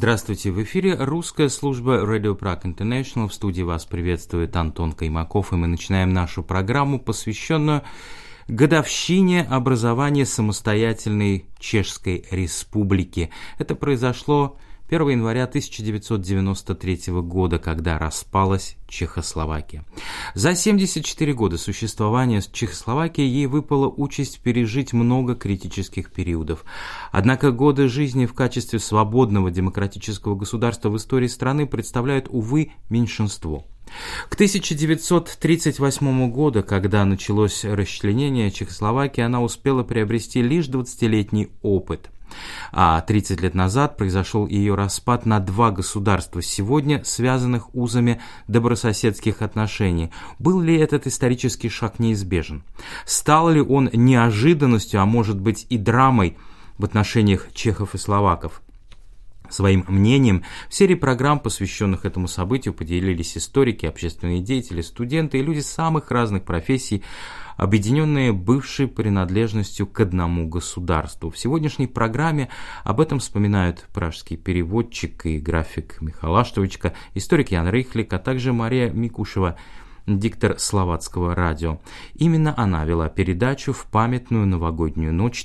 Здравствуйте, в эфире русская служба Radio Prague International. В студии вас приветствует Антон Каймаков, и мы начинаем нашу программу, посвященную годовщине образования самостоятельной Чешской Республики. Это произошло 1 января 1993 года, когда распалась Чехословакия. За 74 года существования Чехословакии ей выпала участь пережить много критических периодов. Однако годы жизни в качестве свободного демократического государства в истории страны представляют, увы, меньшинство. К 1938 году, когда началось расчленение Чехословакии, она успела приобрести лишь 20-летний опыт. А 30 лет назад произошел ее распад на два государства, сегодня связанных узами добрососедских отношений. Был ли этот исторический шаг неизбежен? Стал ли он неожиданностью, а может быть и драмой в отношениях чехов и словаков? Своим мнением в серии программ, посвященных этому событию, поделились историки, общественные деятели, студенты и люди самых разных профессий, объединенные бывшей принадлежностью к одному государству. В сегодняшней программе об этом вспоминают пражский переводчик и график Михаил Аштовичка, историк Ян Рейхлик, а также Мария Микушева, диктор словацкого радио. Именно она вела передачу в памятную новогоднюю ночь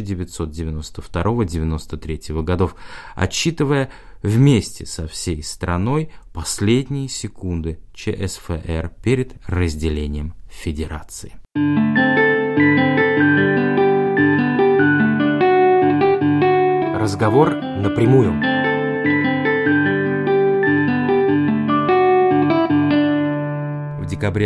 1992-93 годов, отсчитывая вместе со всей страной последние секунды ЧСФР перед разделением Федерации. Разговор напрямую. В декабре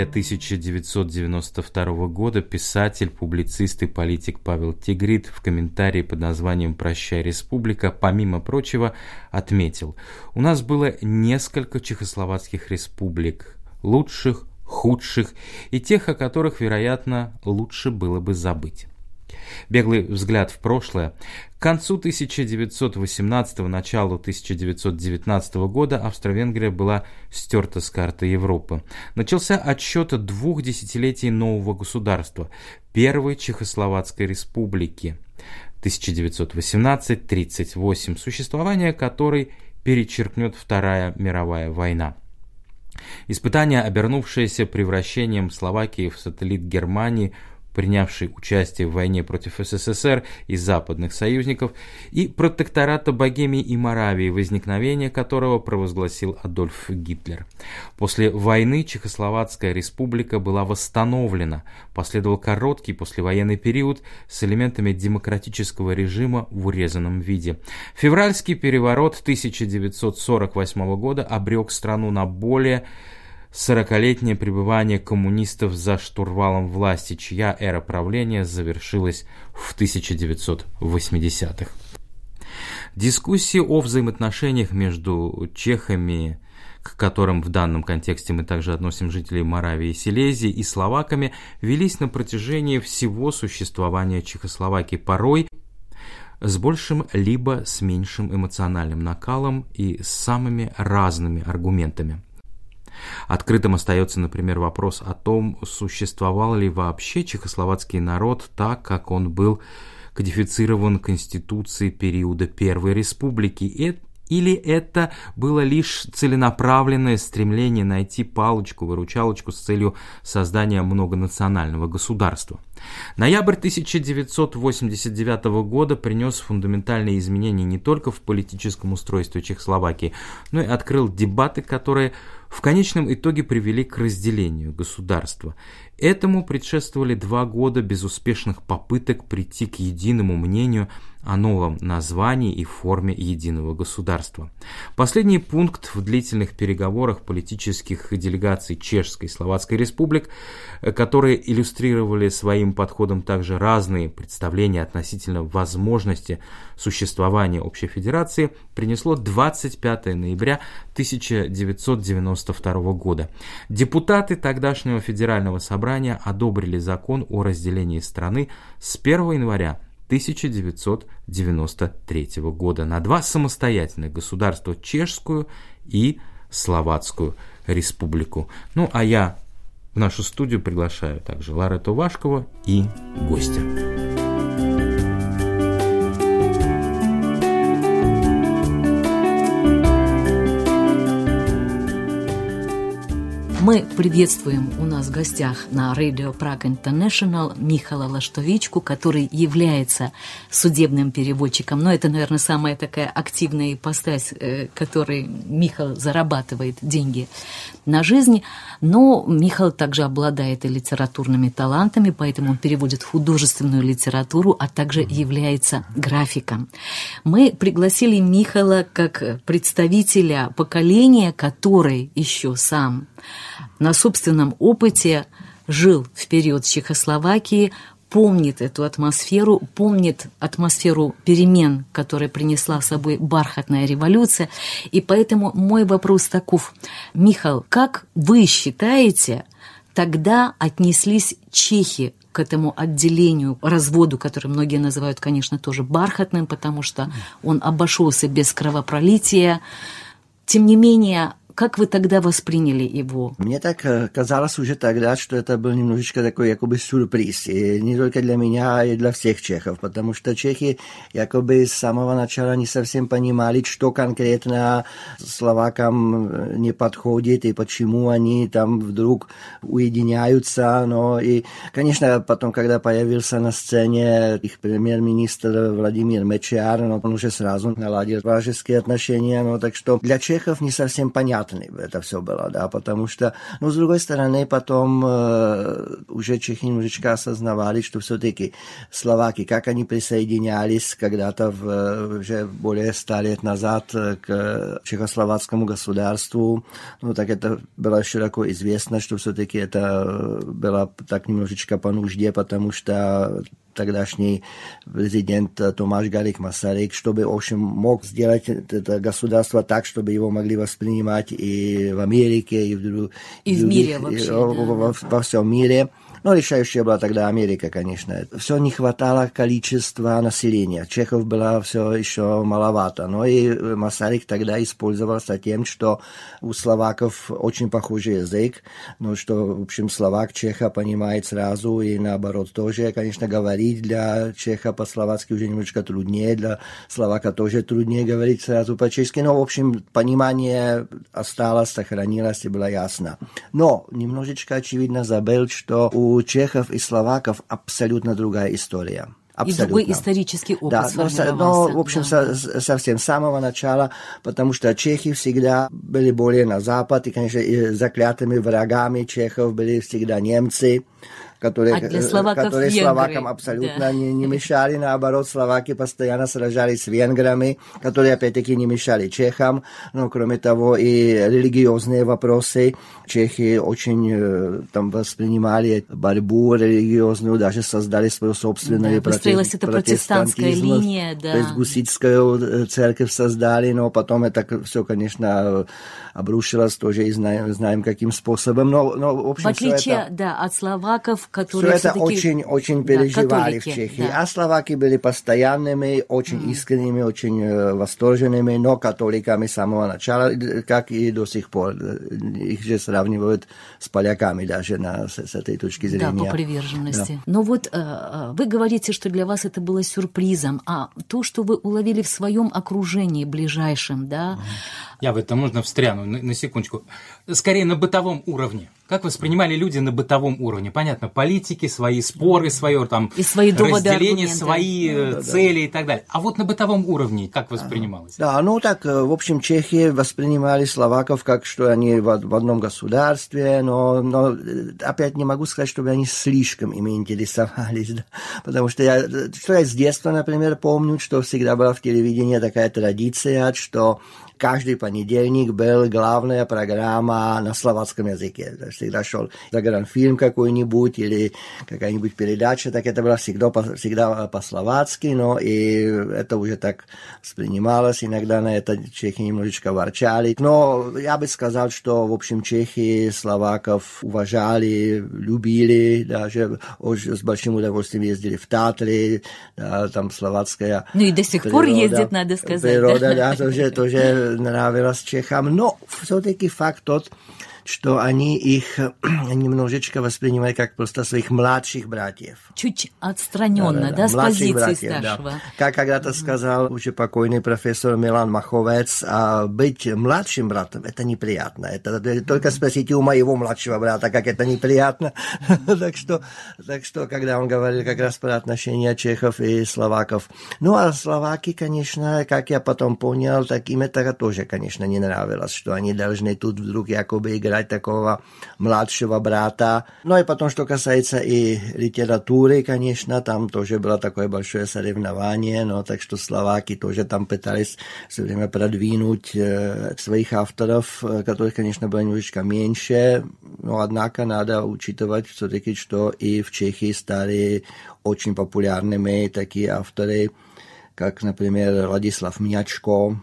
1992 года писатель, публицист и политик Павел Тигрит в комментарии под названием «Прощай, Республика», помимо прочего, отметил: «У нас было несколько чехословацких республик, лучших, худших и тех, о которых, вероятно, лучше было бы забыть». Беглый взгляд в прошлое. К концу 1918-го, началу 1919 года Австро-Венгрия была стерта с карты Европы. Начался отсчет 2 десятилетий нового государства, Первой Чехословацкой Республики, 1918-38, существование которой перечеркнет Вторая мировая война. Испытание, обернувшееся превращением Словакии в сателлит Германии, принявший участие в войне против СССР и западных союзников, и протектората Богемии и Моравии, возникновение которого провозгласил Адольф Гитлер. После войны Чехословацкая республика была восстановлена, последовал короткий послевоенный период с элементами демократического режима в урезанном виде. Февральский переворот 1948 года обрек страну на более 40-летнее пребывание коммунистов за штурвалом власти, чья эра правления завершилась в 1980-х. Дискуссии о взаимоотношениях между чехами, к которым в данном контексте мы также относим жителей Моравии и Силезии, и словаками, велись на протяжении всего существования Чехословакии, порой с большим либо с меньшим эмоциональным накалом и с самыми разными аргументами. Открытым остается, например, вопрос о том, существовал ли вообще чехословацкий народ так, как он был кодифицирован Конституцией периода Первой Республики, или это было лишь целенаправленное стремление найти палочку-выручалочку с целью создания многонационального государства. Ноябрь 1989 года принес фундаментальные изменения не только в политическом устройстве Чехословакии, но и открыл дебаты, которые в конечном итоге привели к разделению государства. Этому предшествовали 2 года безуспешных попыток прийти к единому мнению о новом названии и форме единого государства. Последний пункт в длительных переговорах политических делегаций Чешской и Словацкой республик, которые иллюстрировали своим подходом также разные представления относительно возможности существования общей федерации, принесло 25 ноября 1992 года. Депутаты тогдашнего федерального собрания одобрили закон о разделении страны с 1 января 1993 года на 2 самостоятельных государства, Чешскую и Словацкую республику. Ну а я в нашу студию приглашаю также Ларету Вашкову и гостя. Мы приветствуем у нас в гостях на Radio Prague International Михала Лаштовичку, который является судебным переводчиком. Но это, наверное, самая такая активная ипостась, которой Михал зарабатывает деньги на жизнь. Но Михал также обладает и литературными талантами, поэтому он переводит художественную литературу, а также является графиком. Мы пригласили Михала как представителя поколения, который еще сам на собственном опыте жил в период Чехословакии, помнит эту атмосферу, помнит атмосферу перемен, которые принесла с собой бархатная революция. И поэтому мой вопрос таков. Михал, как вы считаете, тогда отнеслись чехи к этому отделению, разводу, который многие называют, конечно, тоже бархатным, потому что он обошелся без кровопролития. Тем не менее, как вы тогда восприняли его? Мне так казалось уже тогда, что это был немножечко такой якобы сюрприз. И не только для меня, и для всех чехов. Потому что чехи якобы с самого начала не совсем понимали, что конкретно словакам не подходит и почему они там вдруг уединяются. Но и, конечно, потом, когда появился на сцене их премьер-министр Владимир Мечар, он уже сразу наладил вражеские отношения. Так что для чехов не совсем понятно это все было, да, потому что, с другой стороны, потом уже чехи немножечко осознавали, что все-таки словаки, как они присоединялись когда-то уже более 100 лет назад к чехословацкому государству, так это было широко известно, что все-таки это было так немножечко по нужде, потому что тогдашний президент Tomáš Garrigue Masaryk, чтобы, в общем, мог сделать это государство так, чтобы его могли воспринимать и в Америке, и в мире вообще, во всем мире. Решающая была тогда Америка, конечно. Все не хватало количества населения. Чехов было все еще маловато. И Masaryk тогда использовался тем, что у словаков очень похожий язык, что, в общем, словак чеха понимает сразу и наоборот тоже. Конечно, говорить для чеха по-словацки уже немножко труднее, для словака тоже труднее говорить сразу по-чешски. В общем, понимание осталось, сохранилось и было ясно. Но немножечко очевидно забыл, что у чехов и словаков абсолютно другая история. Абсолютно. И другой исторический опыт сформировался. В общем, совсем с самого начала, потому что чехи всегда были более на запад, и, конечно, и заклятыми врагами чехов были всегда немцы, которые словакам абсолютно не мешали. Наоборот, словаки постоянно сражались с венграми, которые опять-таки не мешали чехам. Кроме того, и религиозные вопросы чехи очень там воспринимали борьбу религиозную, даже создали свою собственную протестантская линия. То есть гуситскую церковь создали, но потом это все, конечно, обрушилось тоже и знаем каким способом. Но в общем, в отличие от словаков, которые все это очень переживали в Чехии. Да. А словаки были постоянными, очень искренними, очень восторженными, но католиками с самого начала, как и до сих пор. Их же сравнивают с поляками даже с этой точки зрения. Да, по приверженности. Да. Но вы говорите, что для вас это было сюрпризом, а то, что вы уловили в своем окружении ближайшем, да? Я в этом можно встряну на секундочку. Скорее на бытовом уровне. Как воспринимали люди на бытовом уровне? Понятно, политики, свои споры, свое там и свои доводы, разделение, свои цели и так далее. А вот на бытовом уровне как воспринималось? Да, так, в общем, чехи воспринимали словаков как, что они в одном государстве, но опять не могу сказать, чтобы они слишком ими интересовались, да? Потому что я с детства, например, помню, что всегда была в телевидении такая традиция, что каждый понедельник был главная программа на словацком языке. Всегда шел загранфильм какой-нибудь или какая-нибудь передача, так это было всегда по-словацки, но и это уже так воспринималось. Иногда на это чехи немножечко ворчали. Но я бы сказал, что, в общем, чехи словаков уважали, любили, даже с большим удовольствием ездили в Татры, да, там словацкая и до сих пор ездит, надо сказать. Природа, да, тоже нравилось чехам. Но все-таки факт тот, что они их немножечко воспринимали как просто своих младших братьев. Чуть отстраненно, да, с позиции братьев, старшего. Да. Как когда-то сказал уже покойный профессор Милан Маховец, быть младшим братом – это неприятно. Это только спросите у моего младшего брата, как это неприятно. Так что, когда он говорил как раз про отношения чехов и словаков. Ну, а словаки, конечно, как я потом понял, так им это тоже, конечно, не нравилось, что они должны тут вдруг якобы играть такого младшего брата. Ну, и потом, что касается и литературы, конечно, там тоже было такое большое соревнование, но так что словаки тоже там пытались все время продвинуть своих авторов, которых, конечно, было немножечко меньше, но однако надо учитывать все-таки, что и в Чехии стали очень популярными такие авторы, как, например, Ladislav Mňačko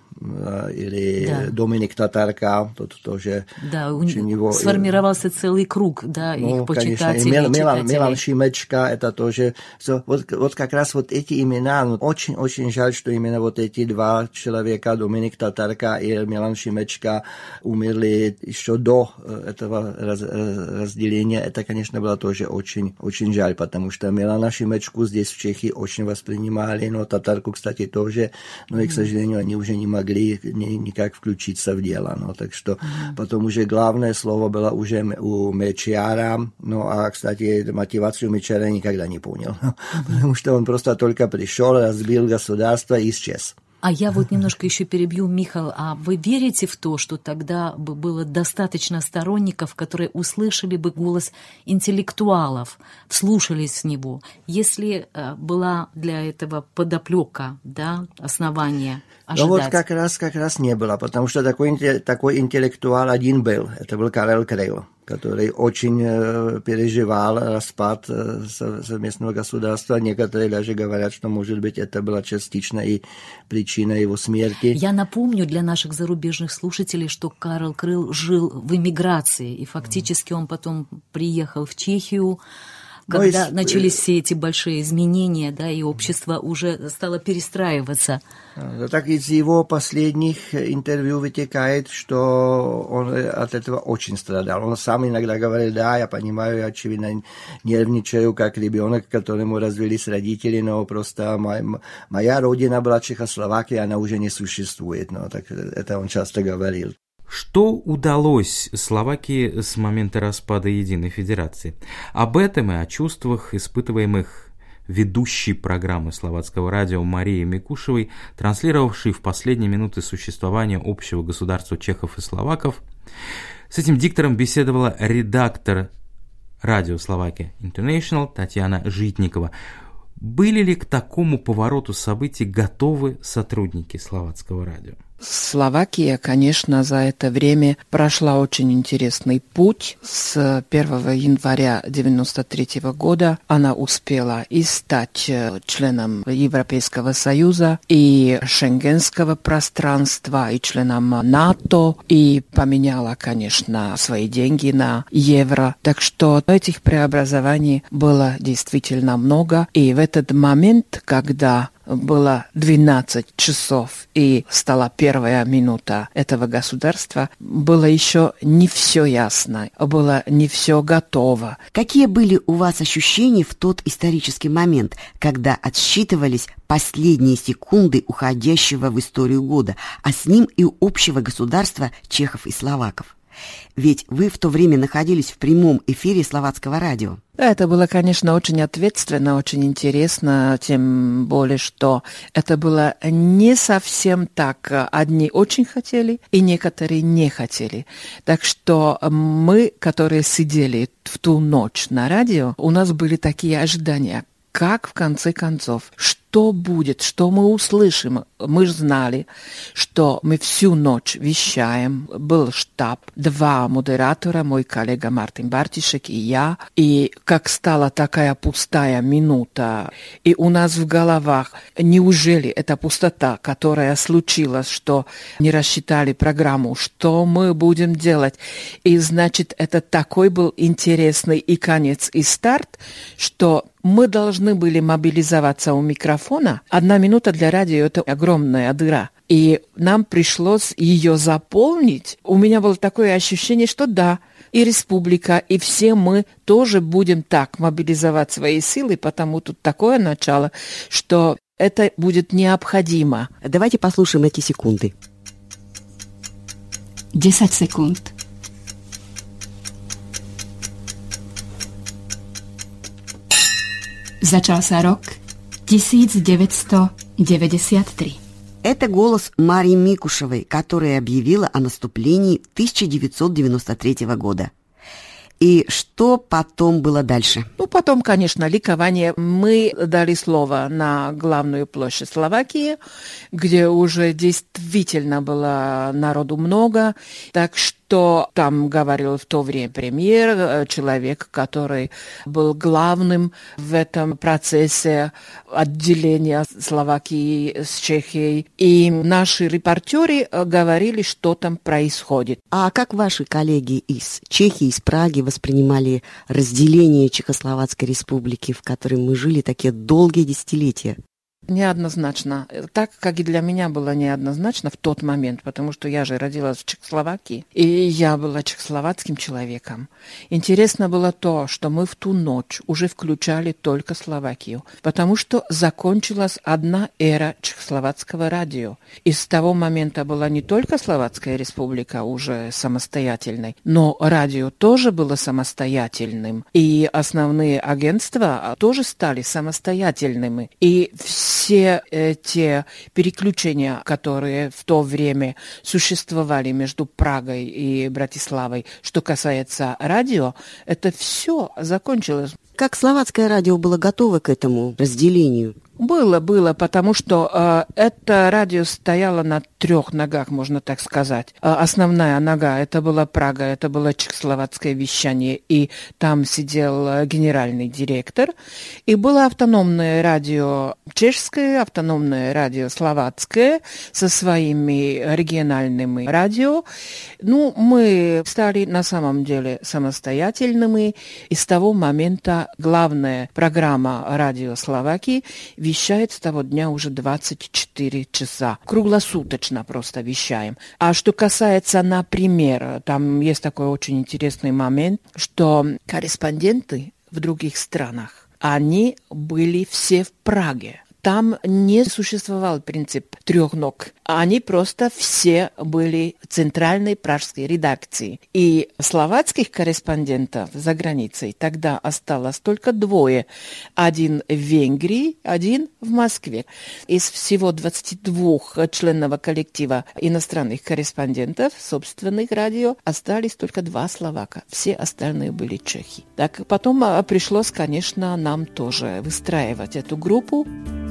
или Dominik Tatarka, тот тоже очень его... сформировался целый круг, да, их почитателей. Milan Šimečka, это тоже... Вот как раз вот эти имена, очень жаль, что именно вот эти два человека, Dominik Tatarka и Milan Šimečka, умерли еще до этого разделения. Это, конечно, было тоже очень жаль, потому что Milana Šimečku здесь в Чехии очень воспринимали, но Tatarku, кстати, тоже, но и, к сожалению, они уже не могли никак включиться в дело. No, так что потом уже главное слово было уже у Mečiara, ну, а, кстати, мотивацию Mečiara никогда не понял, потому что он просто только пришел, разбил государство и исчез. А я вот немножко еще перебью, Михаил, а вы верите в то, что тогда бы было достаточно сторонников, которые услышали бы голос интеллектуалов, вслушались в него, если была для этого подоплека, да, основания ожидать? Ну вот как раз не было, потому что такой интеллектуал один был, это был Karel Kryl, который очень переживал распад совместного государства. Некоторые даже говорят, что, может быть, это была частично и причина его смерти. Я напомню для наших зарубежных слушателей, что Карл Крыл жил в эмиграции, и фактически он потом приехал в Чехию, когда начались все эти большие изменения, да, и общество уже стало перестраиваться. Так из его последних интервью вытекает, что он от этого очень страдал. Он сам иногда говорил, да, я понимаю, я очевидно нервничаю, как ребенок, которому развелись родители, но просто моя родина была Чехословакия, она уже не существует. Но так это он часто говорил. Что удалось Словакии с момента распада Единой Федерации? Об этом и о чувствах, испытываемых ведущей программы Словацкого радио Марии Микушевой, транслировавшей в последние минуты существования общего государства чехов и словаков. С этим диктором беседовала редактор радио Словакия International Татьяна Житникова. Были ли к такому повороту событий готовы сотрудники Словацкого радио? Словакия, конечно, за это время прошла очень интересный путь. С 1 января 1993 года она успела и стать членом Европейского Союза, и Шенгенского пространства, и членом НАТО, и поменяла, конечно, свои деньги на евро. Так что этих преобразований было действительно много. И в этот момент, когда было 12 часов и стала первая минута этого государства, было еще не все ясно, было не все готово. Какие были у вас ощущения в тот исторический момент, когда отсчитывались последние секунды уходящего в историю года, а с ним и общего государства чехов и словаков? Ведь вы в то время находились в прямом эфире Словацкого радио. Это было, конечно, очень ответственно, очень интересно, тем более, что это было не совсем так. Одни очень хотели, и некоторые не хотели. Так что мы, которые сидели в ту ночь на радио, у нас были такие ожидания. Как, в конце концов, что будет, что мы услышим? Мы же знали, что мы всю ночь вещаем. Был штаб, 2 модератора, мой коллега Мартин Бартишек и я. И как стала такая пустая минута, и у нас в головах, неужели эта пустота, которая случилась, что не рассчитали программу, что мы будем делать? И значит, это такой был интересный и конец, и старт, что мы должны были мобилизоваться у микрофона. 1 минута для радио – это огромная дыра. И нам пришлось ее заполнить. У меня было такое ощущение, что да, и республика, и все мы тоже будем так мобилизовать свои силы, потому тут такое начало, что это будет необходимо. Давайте послушаем эти секунды. 10 секунд. Začался рок 1993. Это голос Марии Микушевой, которая объявила о наступлении 1993 года. И что потом было дальше? Потом, конечно, ликование. Мы дали слово на главную площадь Словакии, где уже действительно было народу много, так что там говорил в то время премьер, человек, который был главным в этом процессе отделения Словакии с Чехией. И наши репортеры говорили, что там происходит. А как ваши коллеги из Чехии, из Праги воспринимали разделение Чехословацкой республики, в которой мы жили такие долгие десятилетия? Неоднозначно. Так, как и для меня было неоднозначно в тот момент, потому что я же родилась в Чехословакии, и я была чехословацким человеком. Интересно было то, что мы в ту ночь уже включали только Словакию, потому что закончилась одна эра чехословацкого радио. И с того момента была не только Словацкая республика уже самостоятельной, но радио тоже было самостоятельным, и основные агентства тоже стали самостоятельными. И все эти переключения, которые в то время существовали между Прагой и Братиславой, что касается радио, это все закончилось. Как словацкое радио было готово к этому разделению? Было, потому что это радио стояло на 3 ногах, можно так сказать. Основная нога – это была Прага, это было чехословацкое вещание, и там сидел генеральный директор. И было автономное радио чешское, автономное радио словацкое со своими региональными радио. Мы стали на самом деле самостоятельными, и с того момента главная программа радио Словакии вещает с того дня уже 24 часа. Круглосуточно просто вещаем. А что касается, например, там есть такой очень интересный момент, что корреспонденты в других странах, они были все в Праге. Там не существовал принцип 3 ног. Они просто все были в центральной пражской редакции. И словацких корреспондентов за границей тогда осталось только 2. Один в Венгрии, один в Москве. Из всего 22 членов коллектива иностранных корреспондентов собственных радио остались только 2 словака. Все остальные были чехи. Так потом пришлось, конечно, нам тоже выстраивать эту группу.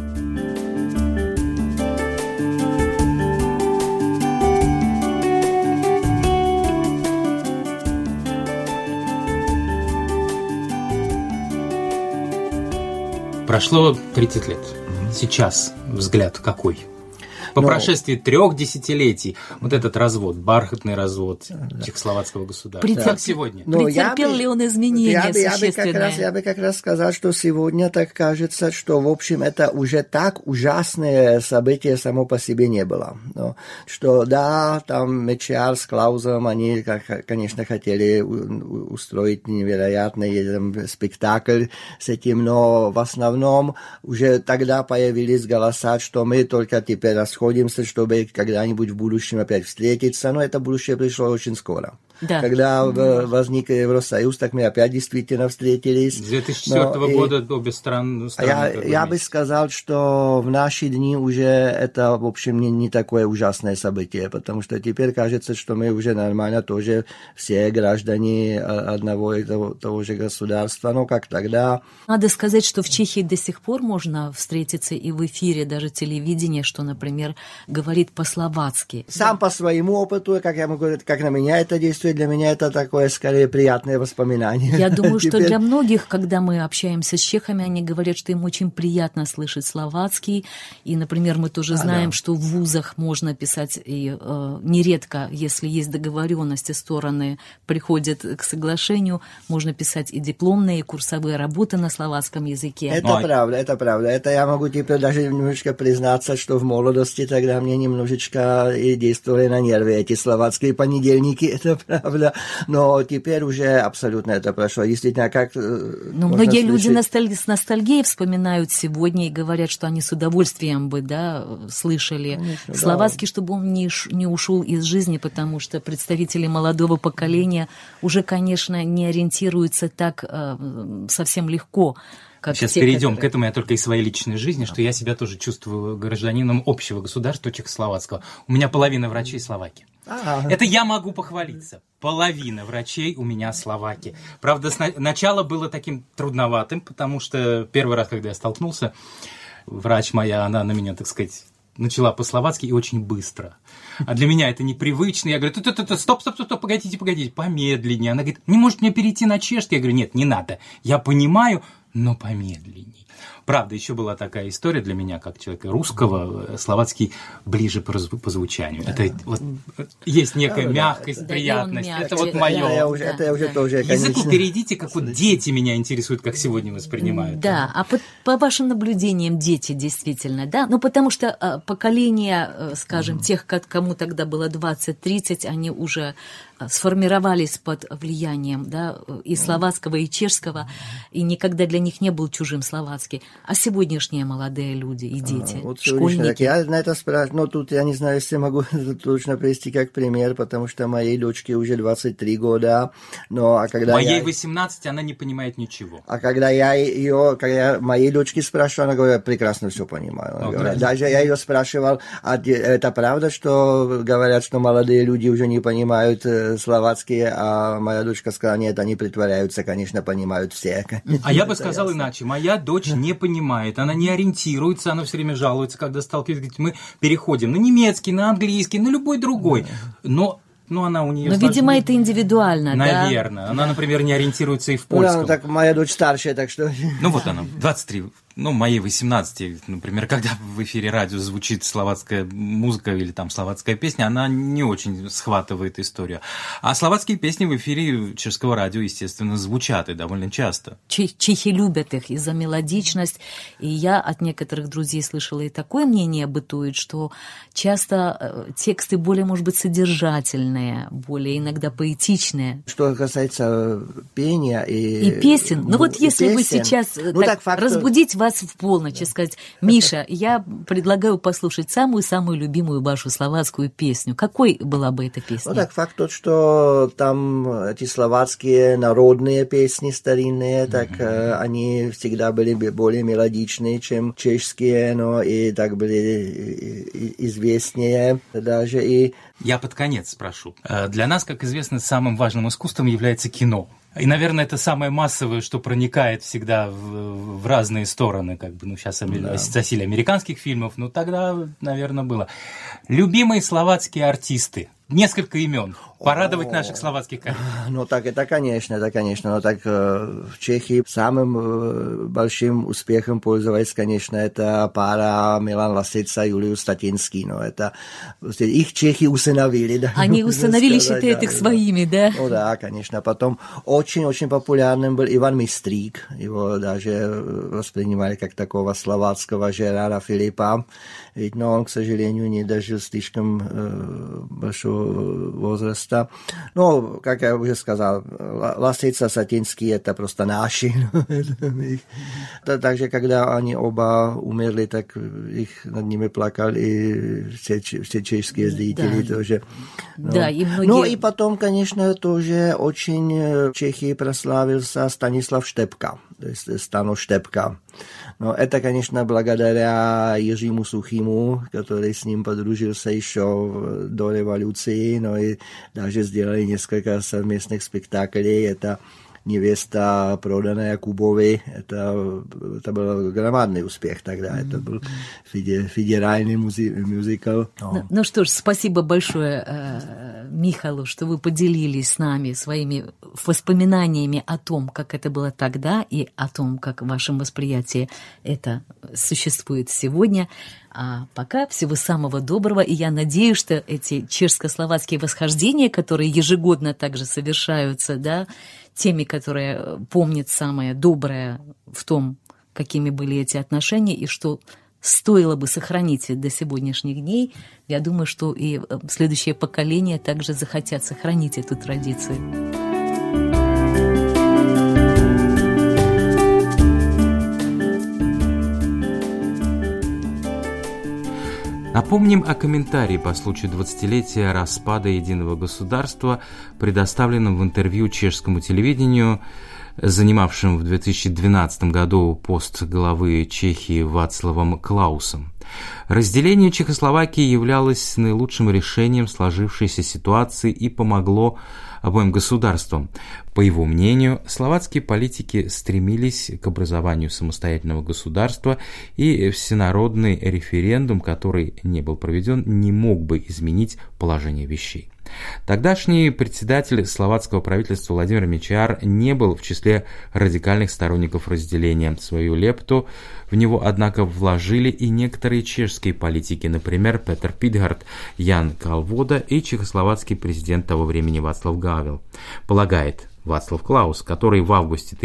Прошло 30 лет. Сейчас взгляд какой? По прошествии 3 десятилетий вот этот развод, бархатный развод чехословацкого государства. Как сегодня? Претерпел ли он изменения существенные? Я бы как раз сказал, что сегодня так кажется, что, в общем, это уже так ужасное событие само по себе не было. Что да, там Мечар с Клаузом, они, конечно, хотели устроить невероятный спектакль с этим, но в основном уже тогда появились голоса, что мы только теперь расходимся, чтобы когда-нибудь в будущем опять встретиться, но это будущее пришло очень скоро. Да. Когда возник Евросоюз, так мы опять действительно встретились. С 2004 года обе страны... Я бы сказал, что в наши дни уже это, в общем, не такое ужасное событие, потому что теперь кажется, что мы уже нормально тоже все граждане одного и того же государства, но как тогда... Надо сказать, что в Чехии до сих пор можно встретиться и в эфире даже телевидения, что, например, говорит по-словацки. Сам по своему опыту, как я могу говорить, как на меня это действует, для меня это такое, скорее, приятное воспоминание. Я думаю, что для многих, когда мы общаемся с чехами, они говорят, что им очень приятно слышать словацкий. И, например, мы тоже знаем, что в вузах можно писать, и нередко, если есть договоренности, стороны приходят к соглашению, можно писать и дипломные, и курсовые работы на словацком языке. Это правда. Это я могу теперь даже немножечко признаться, что в молодости тогда мне немножечко и действовали на нервы эти словацкие понедельники, это правда. правда. Но теперь уже абсолютно это прошло. Действительно, как... Но многие люди с ностальгией вспоминают сегодня и говорят, что они с удовольствием бы, да, слышали Конечно, словацкий, чтобы он не ушел из жизни, потому что представители молодого поколения уже, конечно, не ориентируются так совсем легко. Сейчас перейдем к этому, я только из своей личной жизни, что я себя тоже чувствую гражданином общего государства чехословацкого. У меня половина врачей словаки. Это я могу похвалиться. Половина врачей у меня словаки. Правда, начало было таким трудноватым, потому что первый раз, когда я столкнулся, врач моя, она на меня, так сказать, начала по-словацки и очень быстро. А для меня это непривычно. Я говорю, стоп, погодите, помедленнее. Она говорит, не может мне перейти на чешский? Я говорю, нет, не надо. Я понимаю, но помедленней. Правда, еще была такая история для меня, как человека русского, словацкий ближе по звучанию. Это вот есть некая мягкость, приятность. Это вот мое. Это я уже тоже, Языку перейдите, как вот дети меня интересуют, как сегодня воспринимают. Да, а по вашим наблюдениям дети действительно, да? Ну, потому что поколение, скажем, тех, кому тогда было 20-30, они уже сформировались под влиянием, да, и словацкого, и чешского, и никогда для них не был чужим словацкий. А сегодняшние молодые люди и дети, вот школьники? Так я на это спрашиваю, но тут я не знаю, если могу точно привести как пример, потому что моей дочке уже 23 года, но а когда моей 18, она не понимает ничего. А когда я моей дочке спрашивал, она говорит, прекрасно все понимаю. Даже я ее спрашивал, а это правда, что говорят, что молодые люди уже не понимают словацкие, а моя дочка сказала, нет, они притворяются, конечно, понимают все. А я бы сказал иначе. Моя дочь не понимает, она не ориентируется, она все время жалуется, когда сталкивается, говорит, мы переходим на немецкий, на английский, на любой другой. Но она у нее... Но, видимо, это индивидуально, наверное. Да? Она, например, не ориентируется и в польском. Ну, так моя дочь старшая, так что... Ну, вот она, 23, моей 18, например, когда в эфире радио звучит словацкая музыка или там словацкая песня, она не очень схватывает историю. А словацкие песни в эфире чешского радио, естественно, звучат и довольно часто. Чехи любят их из-за мелодичность, и я от некоторых друзей слышала и такое мнение бытует, что часто тексты более, может быть, содержательные, более иногда поэтичные. Что касается пения и песен, ну вот если вы сейчас разбудить вас в полночь и сказать, Миша, я предлагаю послушать самую-самую любимую вашу словацкую песню. Какой была бы эта песня? Ну так факт тот, что там эти словацкие народные песни старинные, так они всегда были более мелодичные, чем чешские, но и так были известнее даже и... Я под конец спрошу. Для нас, как известно, самым важным искусством является кино. И, наверное, это самое массовое, что проникает всегда в разные стороны. Как бы, сейчас засилие американских фильмов, но тогда, наверное, было. Любимые словацкие артисты. Несколько имен. Порадовать наших словацких коллег. Ну, так это конечно. Но так в Чехии самым большим успехом пользовались, конечно, это пара Milan Lasica и Julius Statinský. Но это их чехи усыновили. Да, они усыновили, считают их своими, да? Ну да, конечно. Потом очень-очень популярным был Иван Мистрик. Его даже воспринимали как такого словацкого Gerarda Filipa. Ведь, он, к сожалению, не дожил слишком большого возраста. Ну, как я уже сказал, Lasica, Statinský это просто наши. Takže, когда они оба умерли, так их над ними плакали все чешские зрители тоже. Да, и многие... Ну, и потом, конечно, тоже очень в Чехии прославился Stanislav Štepka, то есть Stano Štepka. Но это, конечно, благодаря Jiřímu Suchýmu, который с ним подружился еще до революции, но и даже сделали несколько совместных спектаклей. Это «Невеста, проданная Кубови». Это был громадный успех тогда. Это был федеральный мюзикл. Ну что ж, спасибо большое, Михалу, что вы поделились с нами своими воспоминаниями о том, как это было тогда, и о том, как в вашем восприятии это существует сегодня. А пока всего самого доброго, и я надеюсь, что эти чешско-словацкие восхождения, которые ежегодно также совершаются, да, теми, которые помнят самое доброе в том, какими были эти отношения, и что стоило бы сохранить до сегодняшних дней. Я думаю, что и следующее поколение также захотят сохранить эту традицию. Напомним о комментарии по случаю 20-летия распада единого государства, предоставленном в интервью чешскому телевидению, занимавшим в 2012 году пост главы Чехии Václavem Klausem. Разделение Чехословакии являлось наилучшим решением сложившейся ситуации и помогло обоим государствам. По его мнению, словацкие политики стремились к образованию самостоятельного государства, и всенародный референдум, который не был проведен, не мог бы изменить положение вещей. Тогдашний председатель словацкого правительства Владимир Мечиар не был в числе радикальных сторонников разделения. Свою лепту в него, однако, вложили и некоторые чешские политики, например, Петр Пидгард, Ян Калвода и чехословацкий президент того времени Václav Havel. Полагает Václav Klaus, который в августе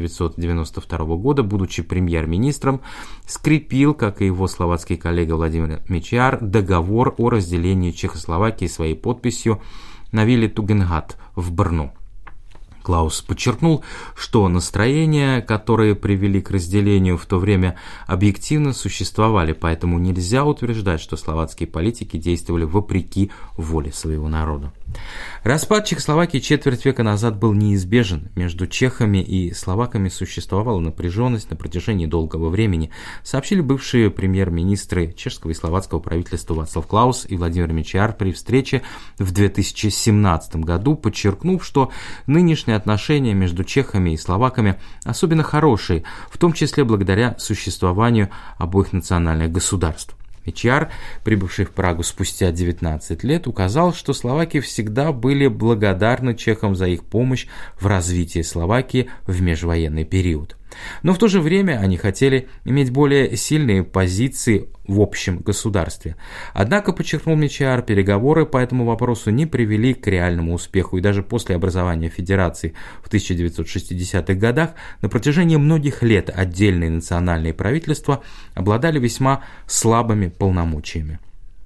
1992 года, будучи премьер-министром, скрепил, как и его словацкий коллега Владимир Мечиар, договор о разделении Чехословакии своей подписью на вилле Тугенхат в Брну. Клаус подчеркнул, что настроения, которые привели к разделению в то время, объективно существовали, поэтому нельзя утверждать, что словацкие политики действовали вопреки воле своего народа. Распад Чехословакии четверть века назад был неизбежен. Между чехами и словаками существовала напряженность на протяжении долгого времени, сообщили бывшие премьер-министры чешского и словацкого правительства Václav Klaus и Владимир Мечиар при встрече в 2017 году, подчеркнув, что нынешние отношения между чехами и словаками особенно хорошие, в том числе благодаря существованию обоих национальных государств. Мечиар, прибывший в Прагу спустя 19 лет, указал, что словаки всегда были благодарны чехам за их помощь в развитии Словакии в межвоенный период. Но в то же время они хотели иметь более сильные позиции в общем государстве. Однако, подчеркнул Мечиар, переговоры по этому вопросу не привели к реальному успеху, и даже после образования федерации в 1960-х годах на протяжении многих лет отдельные национальные правительства обладали весьма слабыми полномочиями.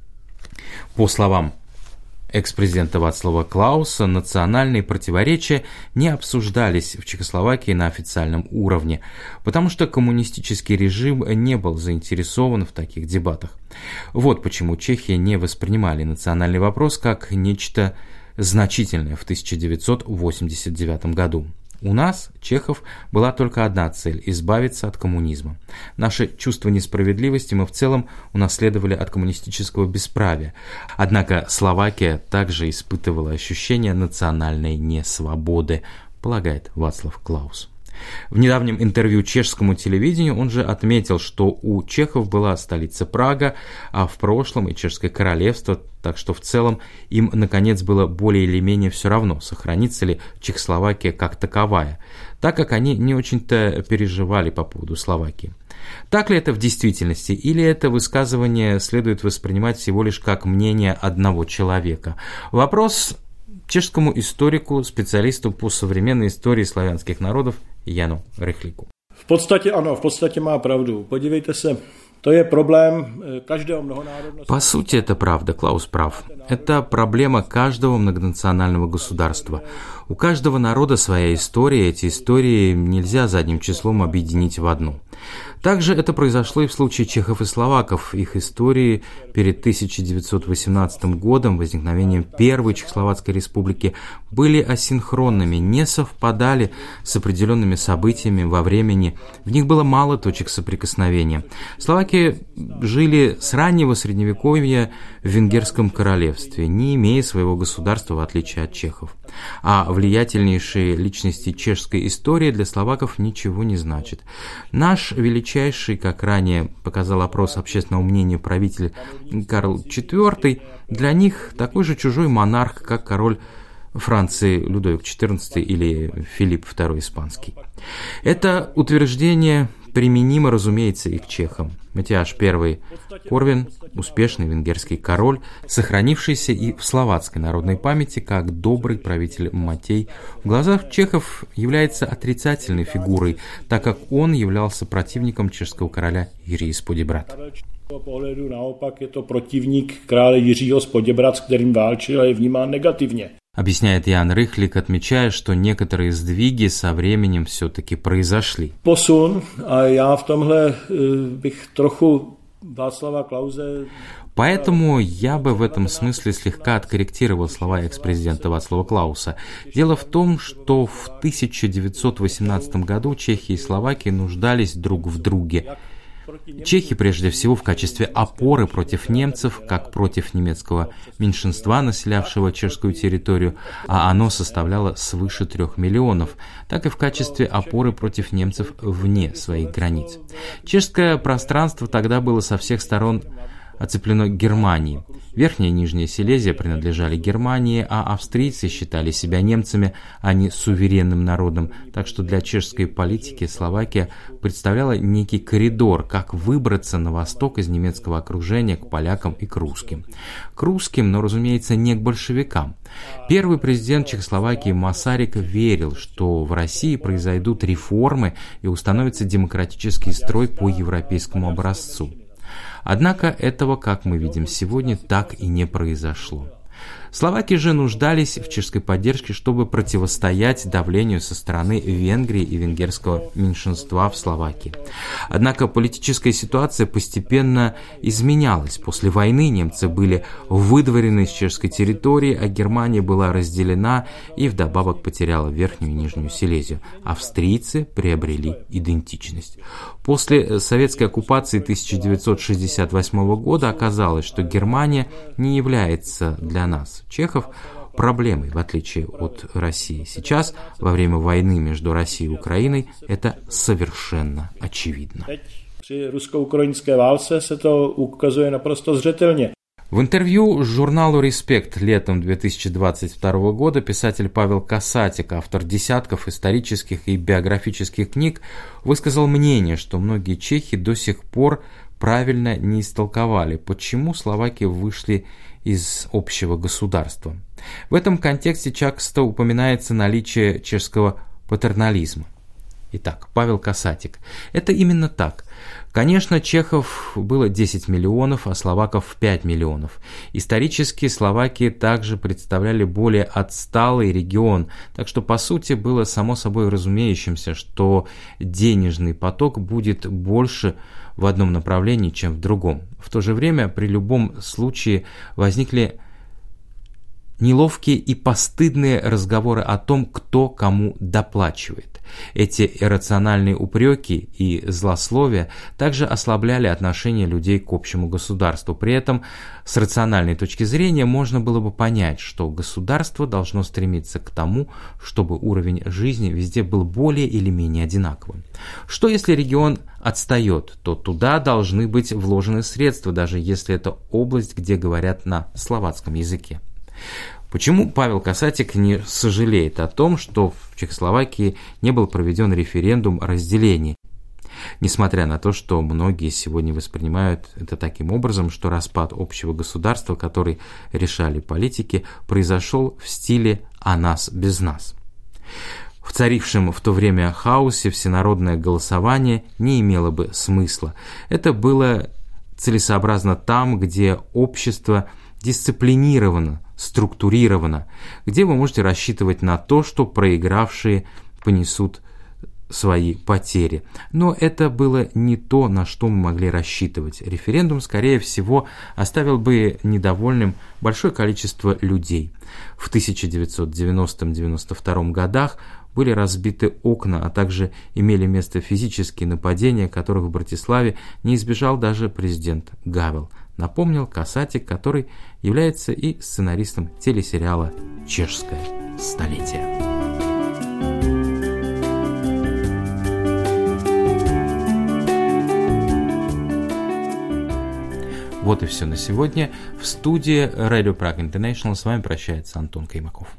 По словам экс-президента Václava Klausa, национальные противоречия не обсуждались в Чехословакии на официальном уровне, потому что коммунистический режим не был заинтересован в таких дебатах. Вот почему чехи не воспринимали национальный вопрос как нечто значительное в 1989 году. У нас, чехов, была только одна цель – избавиться от коммунизма. Наше чувство несправедливости мы в целом унаследовали от коммунистического бесправия. Однако Словакия также испытывала ощущение национальной несвободы, полагает Václav Klaus. В недавнем интервью чешскому телевидению он же отметил, что у чехов была столица Прага, а в прошлом и Чешское королевство, так что в целом им, наконец, было более или менее все равно, сохранится ли Чехословакия как таковая, так как они не очень-то переживали по поводу Словакии. Так ли это в действительности, или это высказывание следует воспринимать всего лишь как мнение одного человека? Вопрос чешскому историку, специалисту по современной истории славянских народов Janu Rychlíku. V podstatě ano, v podstatě má pravdu. Podívejte se, to je problém každého mnohonárodnosti. По сути, это правда, Клаус прав. Это проблема каждого многонационального государства. У каждого народа своя история, эти истории нельзя задним числом объединить в одну. Также это произошло и в случае чехов и словаков. Их истории перед 1918 годом, возникновением Первой Чехословацкой республики, были асинхронными, не совпадали с определенными событиями во времени. В них было мало точек соприкосновения. Словаки жили с раннего Средневековья в Венгерском королевстве, не имея своего государства, в отличие от чехов. А влиятельнейшие личности чешской истории для словаков ничего не значат. Наш величайший, как ранее показал опрос общественного мнения, правитель Карл IV, для них такой же чужой монарх, как король Франции Людовик XIV или Филипп II Испанский. Это утверждение применимо, разумеется, и к чехам. Матиаш I Корвин, успешный венгерский король, сохранившийся и в словацкой народной памяти как добрый правитель Матей, в глазах чехов является отрицательной фигурой, так как он являлся противником чешского короля Jiří z Poděbrad. Pohledu naopak je to protivník krále Jiřího z Poděbrad, s kterým válčil a je vnímán negativně. Объясняет Ян Рыхлик, отмечая, что некоторые сдвиги со временем все-таки произошли. Posun, a já v tomhle bych trochu Václava Klause... Поэтому я бы в этом смысле слегка откорректировал слова экс-президента Václava Klause. Дело в том, что в 1918 году Чехия и Словакия нуждались друг в друге. Чехи, прежде всего, в качестве опоры против немцев, как против немецкого меньшинства, населявшего чешскую территорию, а оно составляло свыше 3 миллионов, так и в качестве опоры против немцев вне своих границ. Чешское пространство тогда было со всех сторон оцеплено Германией. Верхняя и Нижняя Силезия принадлежали Германии, а австрийцы считали себя немцами, а не суверенным народом. Так что для чешской политики Словакия представляла некий коридор, как выбраться на восток из немецкого окружения к полякам и к русским. К русским, но, разумеется, не к большевикам. Первый президент Чехословакии Масарик верил, что в России произойдут реформы и установится демократический строй по европейскому образцу. Однако этого, как мы видим сегодня, так и не произошло. Словаки же нуждались в чешской поддержке, чтобы противостоять давлению со стороны Венгрии и венгерского меньшинства в Словакии. Однако политическая ситуация постепенно изменялась. После войны немцы были выдворены с чешской территории, а Германия была разделена и вдобавок потеряла Верхнюю и Нижнюю Силезию. Австрийцы приобрели идентичность. После советской оккупации 1968 года оказалось, что Германия не является для нас, чехов, проблемой, в отличие от России. Сейчас, во время войны между Россией и Украиной, это совершенно очевидно. Při rusko-ukrajinské válce se to ukazuje naprosto zřetelně. В интервью журналу «Респект» летом 2022 года писатель Павел Касатик, автор десятков исторических и биографических книг, высказал мнение, что многие чехи до сих пор правильно не истолковали, почему словаки вышли из общего государства. В этом контексте часто упоминается наличие чешского патернализма. Итак, Павел Касатик. Это именно так. Конечно, чехов было 10 миллионов, а словаков 5 миллионов. Исторически Словакия также представляли более отсталый регион, так что по сути было само собой разумеющимся, что денежный поток будет больше в одном направлении, чем в другом. В то же время при любом случае возникли неловкие и постыдные разговоры о том, кто кому доплачивает. Эти иррациональные упреки и злословия также ослабляли отношение людей к общему государству. При этом с рациональной точки зрения можно было бы понять, что государство должно стремиться к тому, чтобы уровень жизни везде был более или менее одинаковым. Что если регион отстает, то туда должны быть вложены средства, даже если это область, где говорят на словацком языке. Почему Павел Касатик не сожалеет о том, что в Чехословакии не был проведен референдум о разделении? Несмотря на то, что многие сегодня воспринимают это таким образом, что распад общего государства, который решали политики, произошел в стиле «о нас без нас». В царившем в то время хаосе всенародное голосование не имело бы смысла. Это было целесообразно там, где общество дисциплинировано, структурировано, где вы можете рассчитывать на то, что проигравшие понесут свои потери. Но это было не то, на что мы могли рассчитывать. Референдум, скорее всего, оставил бы недовольным большое количество людей. В 1990-92 годах были разбиты окна, а также имели место физические нападения, которых в Братиславе не избежал даже президент Гавел, напомнил Касатик, который является и сценаристом телесериала «Чешское столетие». Вот и все на сегодня. В студии Radio Prague International с вами прощается Антон Каймаков.